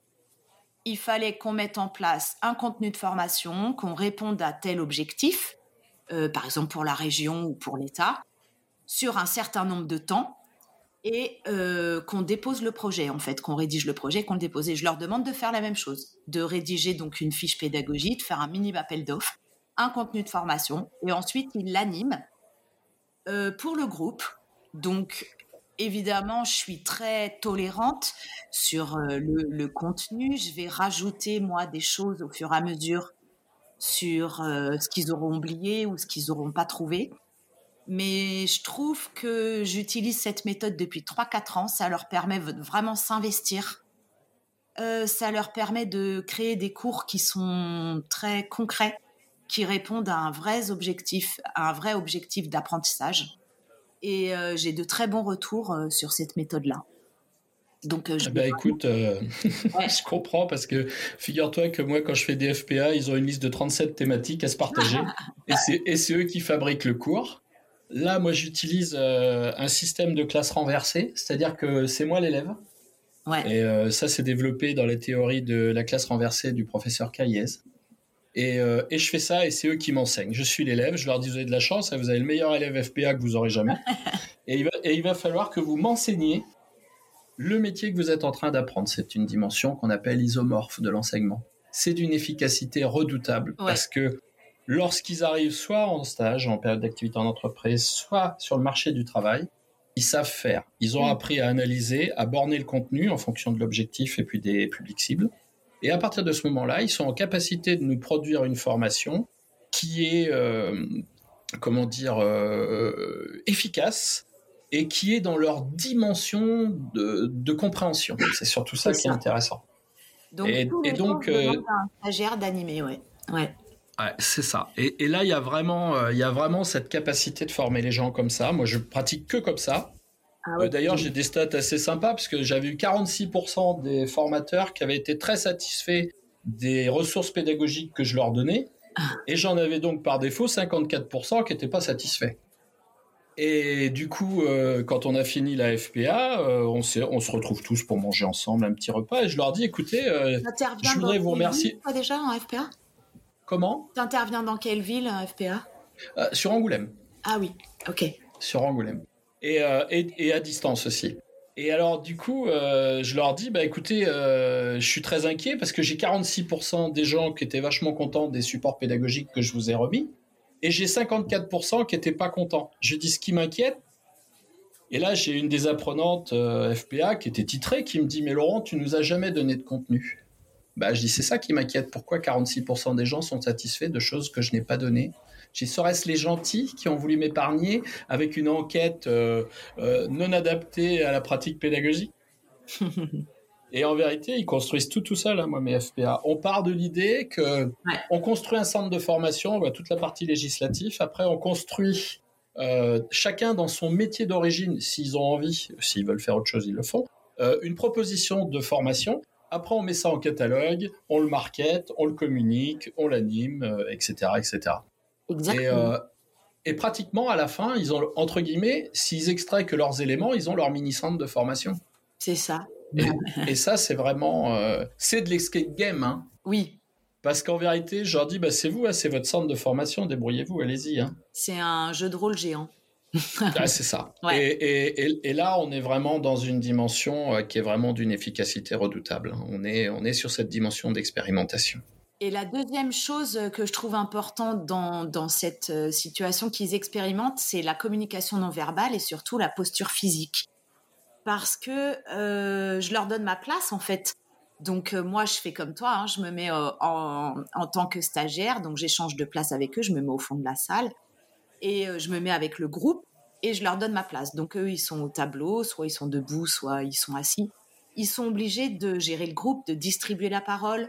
Il fallait qu'on mette en place un contenu de formation, qu'on réponde à tel objectif, euh, par exemple pour la région ou pour l'État, sur un certain nombre de temps et euh, qu'on dépose le projet, en fait, qu'on rédige le projet, qu'on le dépose. Et je leur demande de faire la même chose, de rédiger donc une fiche pédagogie, de faire un mini appel d'offres, un contenu de formation, et ensuite ils l'animent euh, pour le groupe. Donc, évidemment, je suis très tolérante sur euh, le, le contenu. Je vais rajouter, moi, des choses au fur et à mesure sur euh, ce qu'ils auront oublié ou ce qu'ils n'auront pas trouvé. Mais je trouve que j'utilise cette méthode depuis trois quatre ans. Ça leur permet de vraiment s'investir. Euh, ça leur permet de créer des cours qui sont très concrets, qui répondent à un vrai objectif, à un vrai objectif d'apprentissage. Et euh, j'ai de très bons retours euh, sur cette méthode-là. Donc, euh, je eh ben, écoute, euh, ouais. Je comprends parce que figure-toi que moi, quand je fais des F P A, ils ont une liste de trente-sept thématiques à se partager et, c'est, et c'est eux qui fabriquent le cours. Là, moi, j'utilise euh, un système de classe renversée, c'est-à-dire que c'est moi l'élève. Ouais. Et euh, ça, c'est développé dans les théories de la classe renversée du professeur Caillez. Et, euh, et je fais ça et c'est eux qui m'enseignent. Je suis l'élève, je leur dis vous avez de la chance, vous avez le meilleur élève F P A que vous aurez jamais. et, il va, et il va falloir que vous m'enseigniez le métier que vous êtes en train d'apprendre. C'est une dimension qu'on appelle isomorphe de l'enseignement. C'est d'une efficacité redoutable ouais. parce que lorsqu'ils arrivent soit en stage, en période d'activité en entreprise, soit sur le marché du travail, ils savent faire. Ils ont mmh. appris à analyser, à borner le contenu en fonction de l'objectif et puis des publics cibles. Et à partir de ce moment-là, ils sont en capacité de nous produire une formation qui est, euh, comment dire, euh, efficace et qui est dans leur dimension de, de compréhension. C'est surtout ça C'est qui ça. est intéressant. Donc, et, tous les et donc, jours, euh, un stagiaire d'animer, ouais. ouais. Ouais, c'est ça. Et, et là, il y a vraiment, euh, il y a vraiment cette capacité de former les gens comme ça. Moi, je pratique que comme ça. Ah ouais, euh, d'ailleurs, j'ai des stats assez sympas parce que j'avais eu quarante-six pour cent des formateurs qui avaient été très satisfaits des ressources pédagogiques que je leur donnais. Ah. Et j'en avais donc par défaut cinquante-quatre pour cent qui n'étaient pas satisfaits. Et du coup, euh, quand on a fini la F P A, euh, on, on se retrouve tous pour manger ensemble un petit repas. Et je leur dis, écoutez, euh, je voudrais vous remercier. Tu interviens déjà en F P A ? Comment ? Tu interviens dans quelle ville en F P A ? euh, Sur Angoulême. Ah oui, ok. Sur Angoulême. Et, euh, et, et à distance aussi. Et alors, du coup, euh, je leur dis, bah écoutez, euh, je suis très inquiet parce que j'ai quarante-six pour cent des gens qui étaient vachement contents des supports pédagogiques que je vous ai remis. et j'ai cinquante-quatre pour cent qui n'étaient pas contents. Je dis, ce qui m'inquiète, et là, j'ai une des apprenantes euh, F P A qui était titrée, qui me dit « Mais Laurent, tu nous as jamais donné de contenu. » Bah, je dis « C'est ça qui m'inquiète. Pourquoi quarante-six pour cent des gens sont satisfaits de choses que je n'ai pas données ?» J'ai dit « Serait-ce les gentils qui ont voulu m'épargner avec une enquête euh, euh, non adaptée à la pratique pédagogique ?» Et en vérité, ils construisent tout tout seul, hein, moi, mes F P A. On part de l'idée que ouais. on construit un centre de formation, on voit toute la partie législative. Après, on construit euh, chacun dans son métier d'origine, s'ils ont envie, s'ils veulent faire autre chose, ils le font, euh, une proposition de formation. Après, on met ça en catalogue, on le market, on le communique, on l'anime, euh, et cetera, et cetera. Exactement. Et, euh, et pratiquement, à la fin, ils ont, entre guillemets, s'ils extraient que leurs éléments, ils ont leur mini-centre de formation. C'est ça. Et, et ça, c'est vraiment... Euh, c'est de l'escape game. Hein. Oui. Parce qu'en vérité, je leur dis, bah, c'est vous, hein, c'est votre centre de formation, débrouillez-vous, allez-y. Hein. C'est un jeu de rôle géant. Ah, c'est ça. Ouais. Et, et, et, et là, on est vraiment dans une dimension euh, qui est vraiment d'une efficacité redoutable. On est, on est sur cette dimension d'expérimentation. Et la deuxième chose que je trouve importante dans, dans cette situation qu'ils expérimentent, c'est la communication non verbale et surtout la posture physique. Parce que euh, je leur donne ma place, en fait. Donc, euh, moi, je fais comme toi, hein, je me mets euh, en, en tant que stagiaire, donc j'échange de place avec eux, je me mets au fond de la salle et euh, je me mets avec le groupe et je leur donne ma place. Donc, eux, ils sont au tableau, soit ils sont debout, soit ils sont assis. Ils sont obligés de gérer le groupe, de distribuer la parole,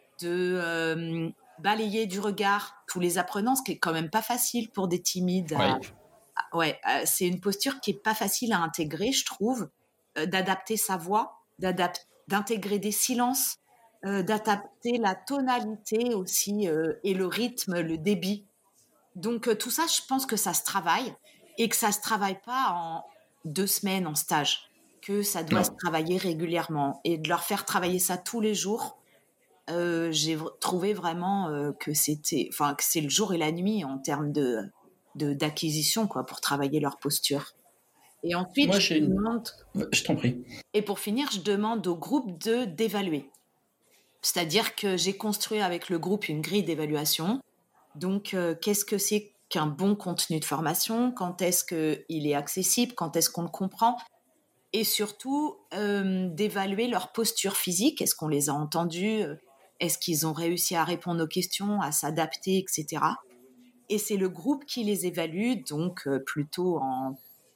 de euh, balayer du regard tous les apprenants, ce qui est quand même pas facile pour des timides. Oui. À, à, ouais, euh, c'est une posture qui est pas facile à intégrer, je trouve. D'adapter sa voix, d'adapter, d'intégrer des silences, euh, d'adapter la tonalité aussi euh, et le rythme, le débit. Donc euh, tout ça, je pense que ça se travaille et que ça se travaille pas en deux semaines en stage, que ça doit non. se travailler régulièrement et de leur faire travailler ça tous les jours. Euh, j'ai v- trouvé vraiment euh, que c'était, enfin que c'est le jour et la nuit en termes de, de d'acquisition quoi pour travailler leur posture. Et ensuite, Moi, je, une... demande... je t'en prie. Et pour finir, je demande au groupe de d'évaluer. C'est-à-dire que j'ai construit avec le groupe une grille d'évaluation. Donc, euh, qu'est-ce que c'est qu'un bon contenu de formation ? Quand est-ce qu'il est accessible ? Quand est-ce qu'on le comprend ? Et surtout, euh, d'évaluer leur posture physique. Est-ce qu'on les a entendus ? Est-ce qu'ils ont réussi à répondre aux questions, à s'adapter, et cetera. Et c'est le groupe qui les évalue, donc euh, plutôt en...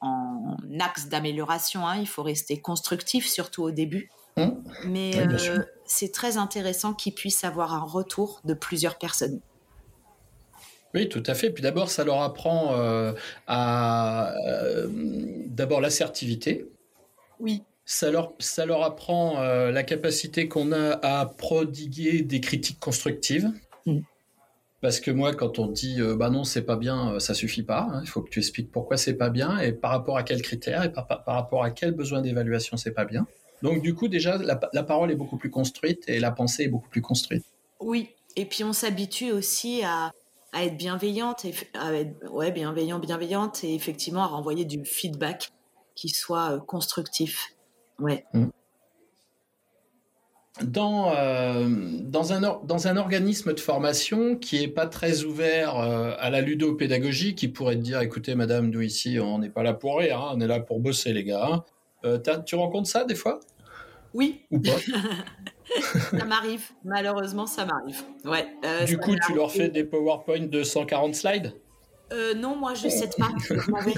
en axe d'amélioration, hein. Il faut rester constructif, surtout au début. Mmh. Mais oui, euh, c'est très intéressant qu'ils puissent avoir un retour de plusieurs personnes. Oui, tout à fait. Puis d'abord, ça leur apprend euh, à euh, d'abord l'assertivité. Oui. Ça leur, ça leur apprend euh, la capacité qu'on a à prodiguer des critiques constructives. Mmh. Parce que moi, quand on dit euh, bah non, c'est pas bien, ça suffit pas. Hein, il faut que tu expliques pourquoi c'est pas bien et par rapport à quels critères et par, par, par rapport à quel besoin d'évaluation c'est pas bien. Donc du coup, déjà, la, la parole est beaucoup plus construite et la pensée est beaucoup plus construite. Oui, et puis on s'habitue aussi à, à être bienveillante, et, à être, ouais, bienveillant, bienveillante et effectivement à renvoyer du feedback qui soit euh, constructif. Ouais. Mmh. Dans, euh, dans, un or, dans un organisme de formation qui n'est pas très ouvert euh, à la ludopédagogie, qui pourrait te dire, écoutez, madame, nous ici, on n'est pas là pour rire, hein, on est là pour bosser, les gars. Hein. Euh, tu rencontres ça des fois ? Oui. Ou pas ? Ça m'arrive, malheureusement, ça m'arrive. Ouais, euh, du coup, tu leur fais des PowerPoint de cent quarante slides ? euh, Non, moi, je ne sais pas, je m'en vais.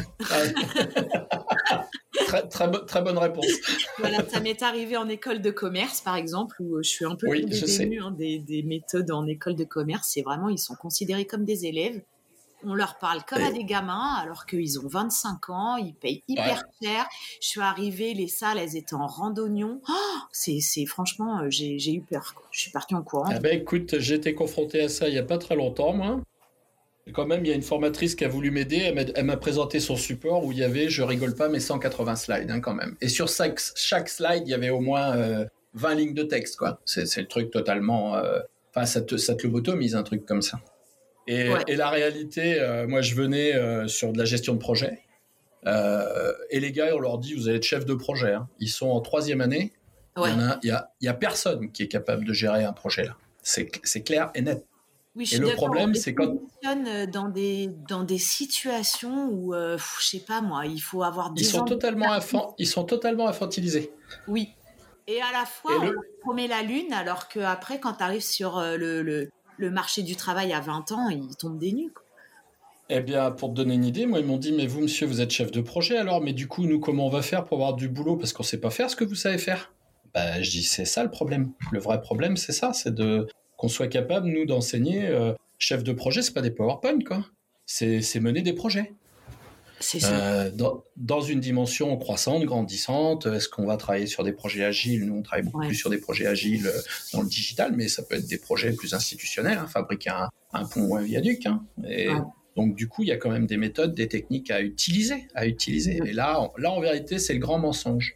Très, très, bo- très bonne réponse. Voilà, ça m'est arrivé en école de commerce, par exemple, où je suis un peu oui, dénue hein, des, des méthodes en école de commerce. C'est vraiment, ils sont considérés comme des élèves. On leur parle comme oui. à des gamins, alors qu'ils ont vingt-cinq ans, ils payent hyper ouais. cher. Je suis arrivée, les salles, elles étaient en randonnion. Oh, c'est, c'est, franchement, j'ai, j'ai eu peur. Quoi. Je suis partie en courant. Ah ben, écoute, j'ai été confrontée à ça il n'y a pas très longtemps, moi. Quand même, il y a une formatrice qui a voulu m'aider. Elle m'a, elle m'a présenté son support où il y avait, je rigole pas, mais cent quatre-vingts slides hein, quand même. Et sur chaque, chaque slide, il y avait au moins euh, vingt lignes de texte. Quoi. C'est, c'est le truc totalement... Enfin, euh, ça te, ça te lobotomise, un truc comme ça. Et, ouais. et la réalité, euh, moi, je venais euh, sur de la gestion de projet. Euh, et les gars, on leur dit, vous allez être chef de projet. Hein. Ils sont en troisième année. Ouais. Il y a, il y a, il y a personne qui est capable de gérer un projet là. C'est, c'est clair et net. Oui, je Et suis le d'accord. On problème, les c'est quand positionne dans des, dans des situations où, euh, pff, je sais pas moi, il faut avoir ils dix sont ans totalement, d'expertise. infan- ils sont totalement infantilisés. Oui. Et à la Et fois, on leur le, promet la lune, alors qu'après, quand tu arrives sur euh, le, le, le marché du travail à vingt ans, ils tombent des nues, quoi. eh bien, pour te donner une idée, moi, ils m'ont dit, mais vous, monsieur, vous êtes chef de projet, alors, mais du coup, nous, comment on va faire pour avoir du boulot? Parce qu'on sait pas faire ce que vous savez faire. Bah, je dis, c'est ça le problème. Le vrai problème, c'est ça, c'est de qu'on soit capable, nous, d'enseigner. Euh, chef de projet, c'est pas des PowerPoint, quoi. C'est, c'est mener des projets. C'est ça. Euh, dans, dans une dimension croissante, grandissante, est-ce qu'on va travailler sur des projets agiles? Nous, on travaille beaucoup Ouais. plus sur des projets agiles euh, dans le digital, mais ça peut être des projets plus institutionnels, hein, fabriquer un, un pont ou un viaduc. Hein, et Ouais. donc, du coup, il y a quand même des méthodes, des techniques à utiliser. À utiliser. Et là, en, là, en vérité, c'est le grand mensonge.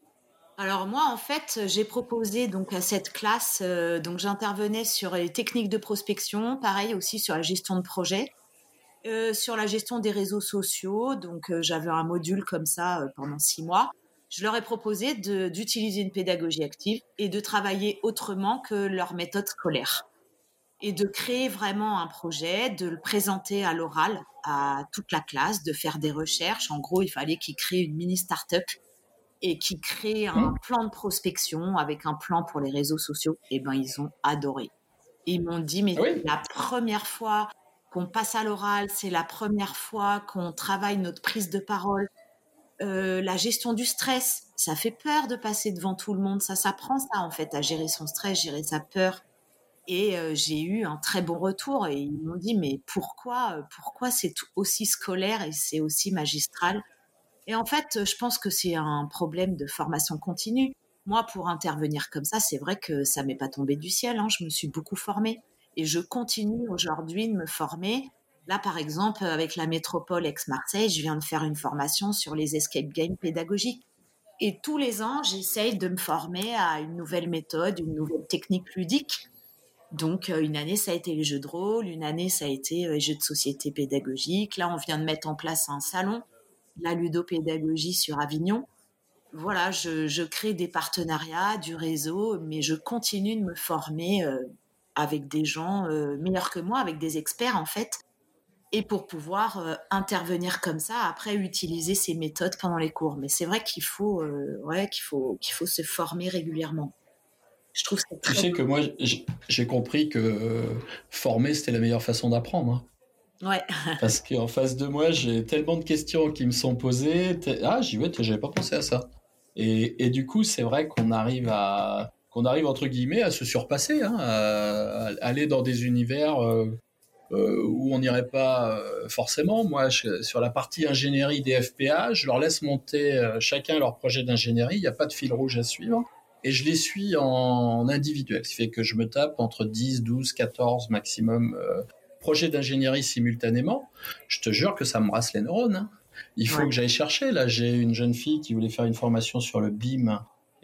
Alors moi, en fait, j'ai proposé donc à cette classe, euh, donc j'intervenais sur les techniques de prospection, pareil aussi sur la gestion de projet, euh, sur la gestion des réseaux sociaux. Donc euh, j'avais un module comme ça euh, pendant six mois. Je leur ai proposé de, d'utiliser une pédagogie active et de travailler autrement que leur méthode scolaire et de créer vraiment un projet, de le présenter à l'oral à toute la classe, de faire des recherches. En gros, il fallait qu'ils créent une mini start-up et qui crée un Hum, plan de prospection avec un plan pour les réseaux sociaux. Et ben, ils ont adoré. Et ils m'ont dit, mais ah c'est oui, la première fois qu'on passe à l'oral, c'est la première fois qu'on travaille notre prise de parole. Euh, la gestion du stress, ça fait peur de passer devant tout le monde. Ça s'apprend ça, en fait, à gérer son stress, gérer sa peur. Et euh, j'ai eu un très bon retour. Et ils m'ont dit, mais pourquoi, euh, pourquoi c'est tout- aussi scolaire et c'est aussi magistral? Et en fait, je pense que c'est un problème de formation continue. Moi, pour intervenir comme ça, c'est vrai que ça m'est pas tombé du ciel, hein. Je me suis beaucoup formée et je continue aujourd'hui de me former. Là, par exemple, avec la métropole Aix-Marseille, je viens de faire une formation sur les escape games pédagogiques. Et tous les ans, j'essaye de me former à une nouvelle méthode, une nouvelle technique ludique. Donc, euh, une année, ça a été les jeux de rôle, une année, ça a été euh, les jeux de société pédagogiques. Là, on vient de mettre en place un salon, la ludopédagogie sur Avignon. Voilà, je, je crée des partenariats, du réseau, mais je continue de me former euh, avec des gens euh, meilleurs que moi, avec des experts en fait, et pour pouvoir euh, intervenir comme ça, après utiliser ces méthodes pendant les cours. Mais c'est vrai qu'il faut, euh, ouais, qu'il faut, qu'il faut se former régulièrement. Je trouve ça tu très sais que moi, j- j'ai compris que euh, former, c'était la meilleure façon d'apprendre. Hein. bien. Ouais, Parce qu'en face de moi, j'ai tellement de questions qui me sont posées. T- Ah, j'y vais, j'avais pas pensé à ça. Et, et du coup, c'est vrai qu'on arrive à, qu'on arrive entre guillemets à se surpasser, hein, à, à aller dans des univers euh, euh, où on n'irait pas euh, forcément. Moi, je- sur la partie ingénierie des F P A, je leur laisse monter euh, chacun leur projet d'ingénierie. Il n'y a pas de fil rouge à suivre. Et je les suis en, en individuel, ce qui fait que je me tape entre dix, douze, quatorze maximum euh, projets d'ingénierie simultanément. Je te jure que ça me brasse les neurones. Hein. Il faut ouais, que j'aille chercher. Là, j'ai une jeune fille qui voulait faire une formation sur le B I M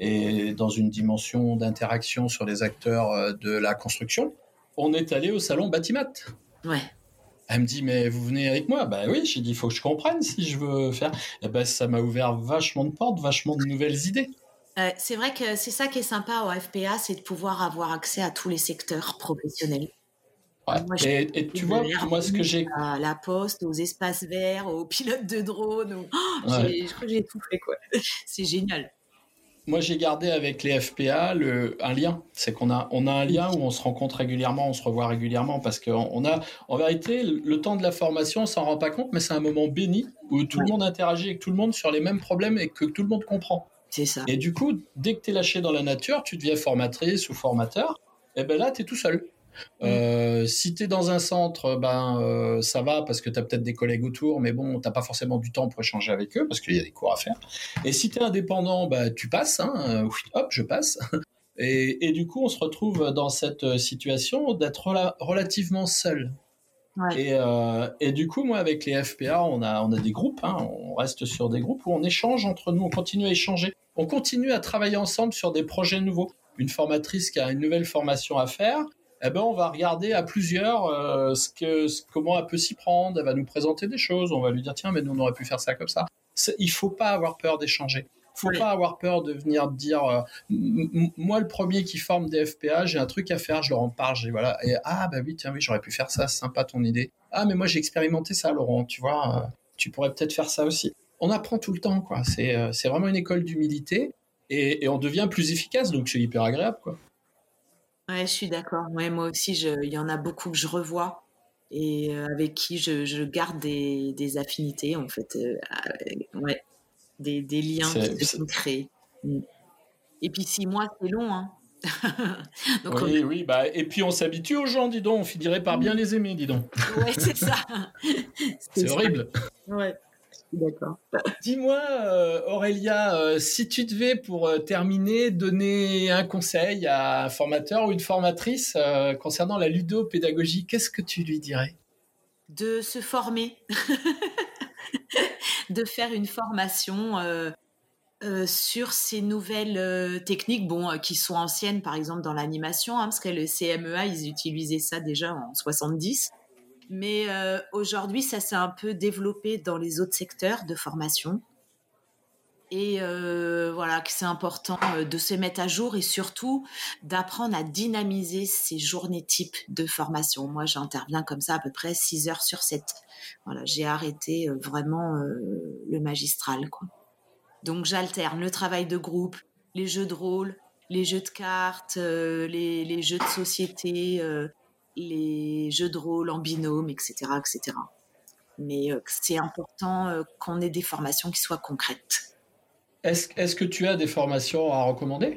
et dans une dimension d'interaction sur les acteurs euh, de la construction. On est allé au salon Batimat. ouais. Elle me dit, mais vous venez avec moi? Bah oui, j'ai dit, il faut que je comprenne si je veux faire. Et ben, ça m'a ouvert vachement de portes, vachement de nouvelles idées. Euh, c'est vrai que c'est ça qui est sympa au F P A, c'est de pouvoir avoir accès à tous les secteurs professionnels. Ouais. Moi, j'ai Et, et fait tu de vois, moi, ce que l'Airbus j'ai, à la Poste, aux espaces verts, aux pilotes de drones. Aux... Oh, ouais. j'ai, je crois que j'ai tout fait, quoi. C'est génial. Moi, j'ai gardé avec les F P A le, un lien. C'est qu'on a, on a un Oui, lien où on se rencontre régulièrement, on se revoit régulièrement parce qu'on on a, en vérité, le temps de la formation, on s'en rend pas compte, mais c'est un moment béni où tout le ouais, monde interagit avec tout le monde sur les mêmes problèmes et que tout le monde comprend. c'est ça. Et du coup, dès que tu es lâché dans la nature, tu deviens formatrice ou formateur, et ben là, tu es tout seul. Mm. Euh, si tu es dans un centre, ben euh, ça va parce que tu as peut-être des collègues autour, mais bon, t'as pas forcément du temps pour échanger avec eux parce qu'il y a des cours à faire. Et si tu es indépendant, ben, tu passes, hein, euh, hop, je passe. Et, et, du coup, on se retrouve dans cette situation d'être rela- relativement seul. Ouais. Et, euh, et du coup, moi, avec les F P A, on a, on a des groupes, hein, on reste sur des groupes où on échange entre nous, on continue à échanger, on continue à travailler ensemble sur des projets nouveaux. Une formatrice qui a une nouvelle formation à faire, eh ben, on va regarder à plusieurs euh, ce que, ce, comment elle peut s'y prendre, elle va nous présenter des choses, on va lui dire, tiens, mais nous, on aurait pu faire ça comme ça. C'est, il faut pas avoir peur d'échanger. faut Ouais. pas avoir peur de venir dire euh, m- m- moi le premier qui forme des F P A, j'ai un truc à faire, je leur en parle, j'ai voilà et ah bah oui tiens oui j'aurais pu faire ça, c'est sympa ton idée. Ah mais moi j'ai expérimenté ça Laurent, tu vois, euh, tu pourrais peut-être faire ça aussi. On apprend tout le temps quoi, c'est euh, c'est vraiment une école d'humilité et, et on devient plus efficace donc c'est hyper agréable quoi. Ouais, je suis d'accord. Ouais, moi aussi, je, il y en a beaucoup que je revois et euh, avec qui je, je garde des, des affinités, en fait. Euh, euh, ouais, des, des liens qui C'est, se c'est- sont créés. Mm. Et puis six mois, c'est long, hein. Donc on Oui, oui, bah, et puis on s'habitue aux gens, dis donc, on finirait par bien oui, les aimer, dis donc. ouais, c'est ça. C'est C'est ça. horrible. Ouais, je suis d'accord. Dis-moi, euh, Aurélia, euh, si tu devais, pour euh, terminer, donner un conseil à un formateur ou une formatrice euh, concernant la ludopédagogie, qu'est-ce que tu lui dirais? De se former, de faire une formation euh, euh, sur ces nouvelles euh, techniques, bon, euh, qui sont anciennes, par exemple dans l'animation, hein, parce que le C M E A, ils utilisaient ça déjà en soixante-dix. Mais euh, aujourd'hui, ça s'est un peu développé dans les autres secteurs de formation. Et euh, voilà, que c'est important euh, de se mettre à jour et surtout d'apprendre à dynamiser ces journées types de formation. Moi, j'interviens comme ça à peu près six heures sur sept. Voilà, j'ai arrêté euh, vraiment euh, le magistral, quoi. Donc, j'alterne le travail de groupe, les jeux de rôle, les jeux de cartes, euh, les, les jeux de société, euh, les jeux de rôle en binôme, et cetera, et cetera. Mais euh, c'est important euh, qu'on ait des formations qui soient concrètes. Est-ce, est-ce que tu as des formations à recommander?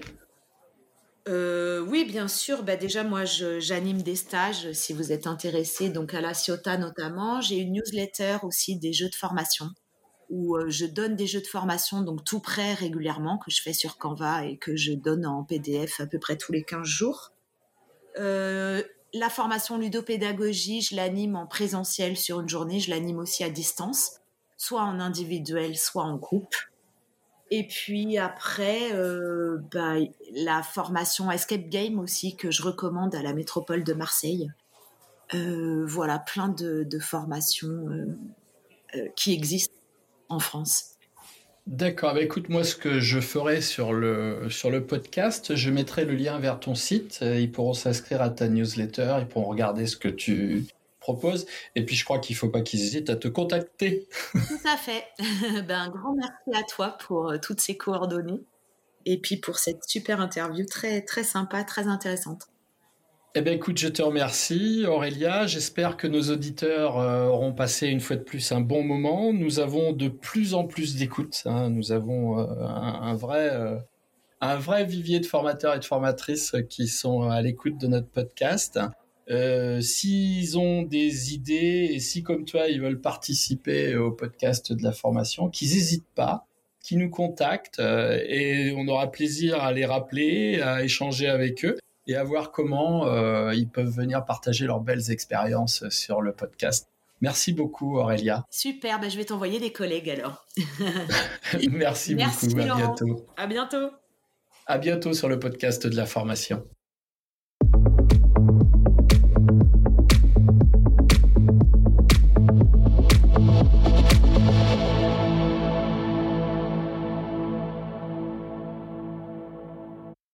Euh, oui, bien sûr. Bah, déjà, moi, je- j'anime des stages si vous êtes intéressé. Donc, à la Ciotat notamment, j'ai une newsletter aussi des jeux de formation où euh, je donne des jeux de formation, donc tout prêt régulièrement, que je fais sur Canva et que je donne en P D F à peu près tous les quinze jours. Euh, la formation ludopédagogie, je l'anime en présentiel sur une journée, je l'anime aussi à distance, soit en individuel, soit en groupe. Et puis après, euh, bah, la formation Escape Game aussi que je recommande à la métropole de Marseille. Euh, voilà, plein de, de formations euh, euh, qui existent en France. D'accord, bah écoute, moi ce que je ferai sur le, sur le podcast, je mettrai le lien vers ton site, euh, ils pourront s'inscrire à ta newsletter, ils pourront regarder ce que tu proposes, et puis je crois qu'il ne faut pas qu'ils hésitent à te contacter. Tout à fait. Ben, un grand merci à toi pour euh, toutes ces coordonnées et puis pour cette super interview très, très sympa, très intéressante. Eh bien écoute, je te remercie Aurélia, j'espère que nos auditeurs euh, auront passé une fois de plus un bon moment. Nous avons de plus en plus d'écoutes, hein. Nous avons euh, un, un vrai... euh, un vrai vivier de formateurs et de formatrices qui sont à l'écoute de notre podcast. Euh, s'ils ont des idées et si, comme toi, ils veulent participer au podcast de la formation, qu'ils n'hésitent pas, qu'ils nous contactent euh, et on aura plaisir à les rappeler, à échanger avec eux et à voir comment euh, ils peuvent venir partager leurs belles expériences sur le podcast. Merci beaucoup, Aurélia. Super, ben, je vais t'envoyer des collègues alors. Merci Merci beaucoup. À Laurent. bientôt. À bientôt. À bientôt sur le podcast de la formation.